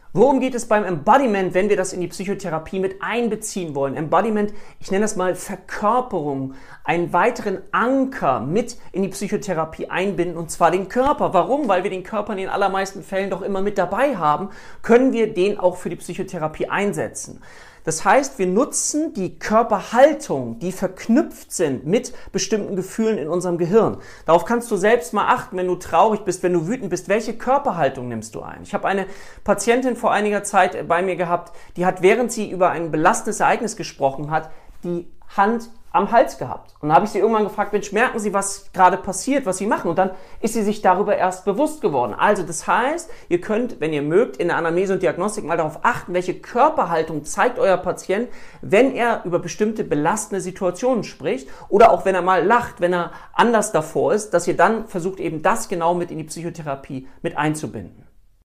Worum geht es beim Embodiment, wenn wir das in die Psychotherapie mit einbeziehen wollen? Embodiment, ich nenne das mal Verkörperung, einen weiteren Anker mit in die Psychotherapie einbinden, und zwar den Körper. Warum? Weil wir den Körper in den allermeisten Fällen doch immer mit dabei haben, können wir den auch für die Psychotherapie einsetzen. Das heißt, wir nutzen die Körperhaltung, die verknüpft sind mit bestimmten Gefühlen in unserem Gehirn. Darauf kannst du selbst mal achten, wenn du traurig bist, wenn du wütend bist, welche Körperhaltung nimmst du ein? Ich habe eine Patientin vor einiger Zeit bei mir gehabt, die hat, während sie über ein belastendes Ereignis gesprochen hat, die Hand am Hals gehabt. Und da habe ich sie irgendwann gefragt, Mensch, merken Sie, was gerade passiert, was Sie machen? Und dann ist sie sich darüber erst bewusst geworden. Also das heißt, ihr könnt, wenn ihr mögt, in der Anamnese und Diagnostik mal darauf achten, welche Körperhaltung zeigt euer Patient, wenn er über bestimmte belastende Situationen spricht oder auch wenn er mal lacht, wenn er anders davor ist, dass ihr dann versucht, eben das genau mit in die Psychotherapie mit einzubinden.